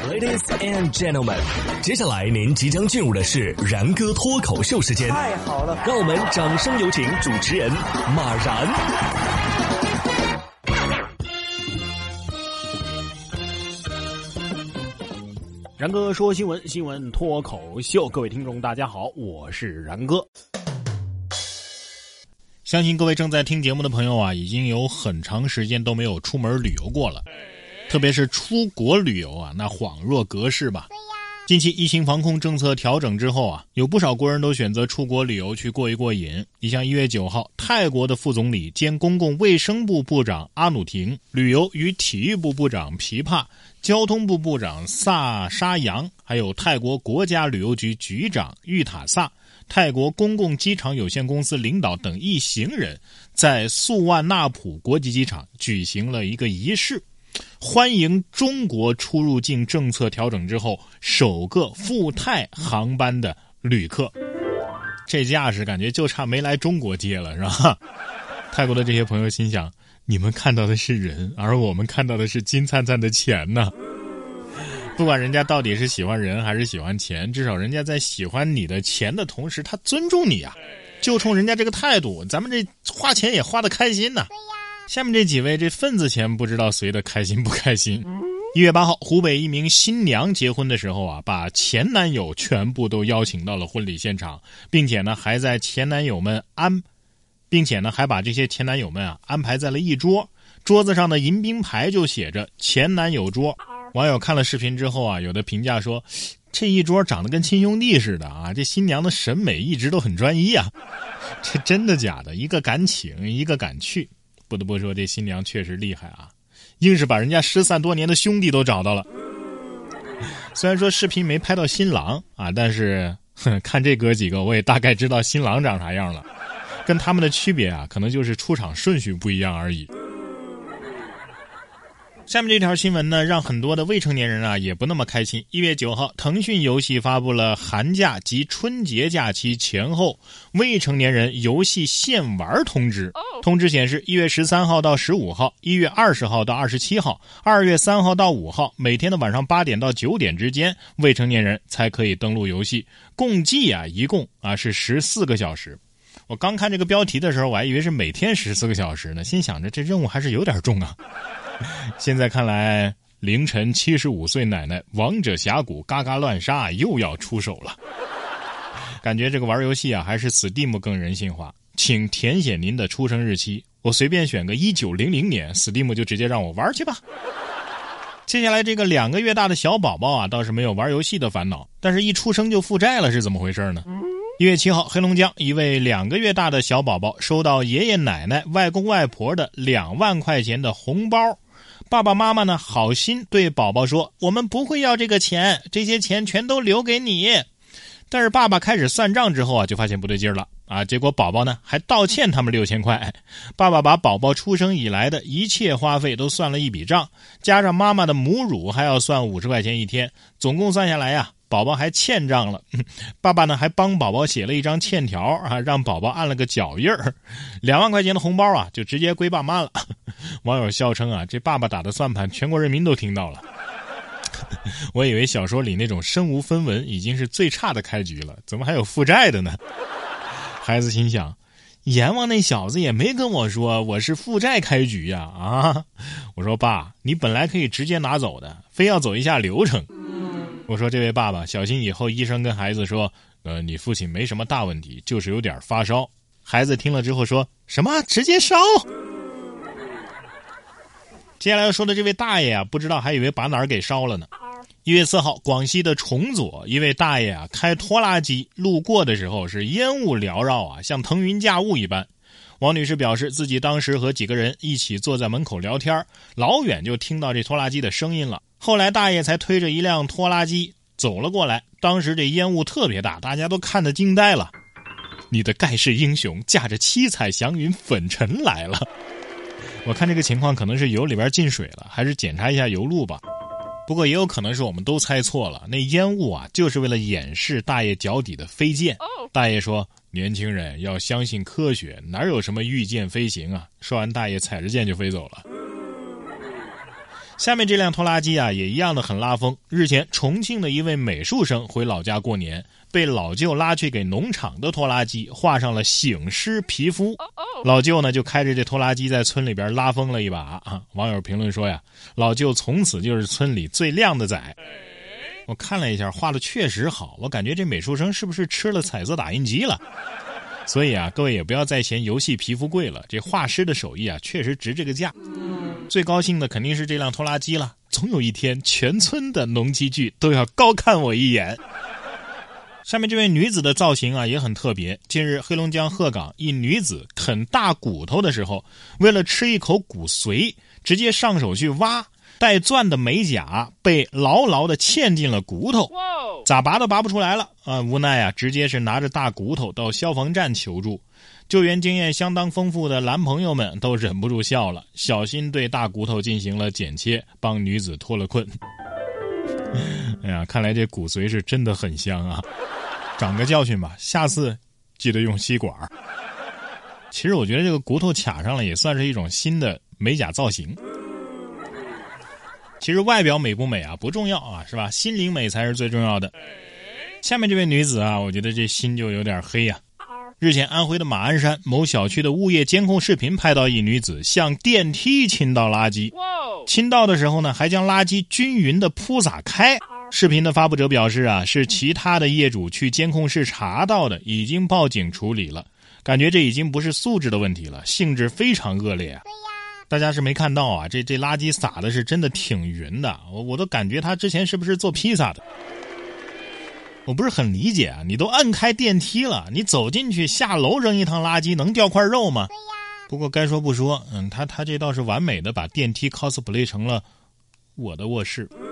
Ladies and gentlemen， 接下来您即将进入的是然哥脱口秀时间。 太好了， 让我们掌声有请主持人马然。 然哥说新闻，新闻脱口秀，各位听众大家好，我是然哥。相信各位正在听节目的朋友啊，已经有很长时间都没有出门旅游过了，特别是出国旅游啊，那恍若隔世吧。近期疫情防控政策调整之后啊，有不少国人都选择出国旅游去过一过瘾。你像1月9号，泰国的副总理兼公共卫生部部长阿努廷，旅游与体育部部长皮帕，交通部部长萨沙扬，还有泰国国家旅游局局长玉塔萨，泰国公共机场有限公司领导等一行人，在素万纳普国际机场举行了一个仪式，欢迎中国出入境政策调整之后首个赴泰航班的旅客。这架势感觉就差没来中国接了，是吧？泰国的这些朋友心想，你们看到的是人，而我们看到的是金灿灿的钱呢。不管人家到底是喜欢人还是喜欢钱，至少人家在喜欢你的钱的同时，他尊重你啊。就冲人家这个态度，咱们这花钱也花得开心呢。下面这几位这份子钱不知道随得开心不开心。1月8号，湖北一名新娘结婚的时候啊，把前男友全部都邀请到了婚礼现场，并且呢还把这些前男友们啊安排在了一桌，桌子上的迎宾牌就写着前男友桌。网友看了视频之后啊，有的评价说，这一桌长得跟亲兄弟似的啊，这新娘的审美一直都很专一啊。这真的假的？一个敢请，一个敢去。不得不说，这新娘确实厉害啊，硬是把人家失散多年的兄弟都找到了。虽然说视频没拍到新郎啊，但是看这哥几个我也大概知道新郎长啥样了。跟他们的区别啊，可能就是出场顺序不一样而已。下面这条新闻呢，让很多的未成年人啊也不那么开心。1月9号，腾讯游戏发布了寒假及春节假期前后未成年人游戏限玩通知。通知显示，1月13号到15号、1月20号到27号、2月3号到5号，每天的晚上8点到9点之间，未成年人才可以登录游戏。共计啊，一共是14个小时。我刚看这个标题的时候，我还以为是每天14个小时呢，心想着这任务还是有点重啊。现在看来，凌晨75岁奶奶王者峡谷嘎嘎乱杀又要出手了。感觉这个玩游戏啊，还是 Steam 更人性化。请填写您的出生日期，我随便选个1900年， Steam 就直接让我玩去吧。接下来这个2个月大的小宝宝啊，倒是没有玩游戏的烦恼，但是一出生就负债了，是怎么回事呢？1月7号，黑龙江一位2个月大的小宝宝收到爷爷奶奶、外公外婆的2万块钱的红包。爸爸妈妈呢，好心对宝宝说，我们不会要这个钱，这些钱全都留给你。但是爸爸开始算账之后啊，就发现不对劲了啊！结果宝宝呢还道歉他们6000块。爸爸把宝宝出生以来的一切花费都算了一笔账，加上妈妈的母乳还要算50块钱一天，总共算下来呀，宝宝还欠账了。爸爸呢还帮宝宝写了一张欠条啊，让宝宝按了个脚印儿。2万块钱的红包啊，就直接归爸妈了。网友笑称啊，这爸爸打的算盘全国人民都听到了。我以为小说里那种身无分文已经是最差的开局了，怎么还有负债的呢？孩子心想，阎王那小子也没跟我说我是负债开局呀！啊，我说爸，你本来可以直接拿走的，非要走一下流程。我说这位爸爸小心以后医生跟孩子说，你父亲没什么大问题，就是有点发烧。孩子听了之后说，什么直接烧？接下来要说的这位大爷啊，不知道还以为把哪儿给烧了呢。1月4号，广西的崇左一位大爷啊，开拖拉机路过的时候是烟雾缭绕啊，像腾云驾雾一般。王女士表示，自己当时和几个人一起坐在门口聊天，老远就听到这拖拉机的声音了。后来大爷才推着一辆拖拉机走了过来，当时这烟雾特别大，大家都看得惊呆了。你的盖世英雄驾着七彩祥云粉尘来了。我看这个情况可能是油里边进水了，还是检查一下油路吧。不过也有可能是我们都猜错了，那烟雾啊就是为了掩饰大爷脚底的飞溅。大爷说，年轻人要相信科学，哪有什么御剑飞行啊。说完大爷踩着剑就飞走了。 下面这辆拖拉机啊，也一样的很拉风。日前，重庆的一位美术生回老家过年，被老舅拉去给农场的拖拉机画上了醒狮皮肤。老舅呢就开着这拖拉机在村里边拉风了一把啊。网友评论说呀，老舅从此就是村里最靓的仔。我看了一下，画的确实好，我感觉这美术生是不是吃了彩色打印机了？所以啊，各位也不要再嫌游戏皮肤贵了，这画师的手艺啊，确实值这个价。最高兴的肯定是这辆拖拉机了，总有一天全村的农机具都要高看我一眼。下面这位女子的造型啊也很特别。近日，黑龙江鹤岗一女子啃大骨头的时候，为了吃一口骨髓，直接上手去挖，带钻的美甲被牢牢的嵌进了骨头，咋拔都拔不出来了啊！无奈啊，直接是拿着大骨头到消防站求助。救援经验相当丰富的男朋友们都忍不住笑了，小心对大骨头进行了剪切，帮女子脱了困。哎呀，看来这骨髓是真的很香啊！长个教训吧，下次记得用吸管。其实我觉得这个骨头卡上了也算是一种新的美甲造型。其实外表美不美啊不重要啊，是吧？心灵美才是最重要的。下面这位女子啊，我觉得这心就有点黑呀。日前，安徽的马鞍山某小区的物业监控视频拍到一女子向电梯倾倒垃圾，倾倒的时候呢，还将垃圾均匀的铺洒开。视频的发布者表示啊，是其他的业主去监控室查到的，已经报警处理了。感觉这已经不是素质的问题了，性质非常恶劣啊。大家是没看到啊，这垃圾撒的是真的挺匀的，我都感觉他之前是不是做披萨的。我不是很理解啊，你都按开电梯了，你走进去下楼扔一趟垃圾能掉块肉吗？不过该说不说，他这倒是完美的把电梯 cosplay 成了我的卧室。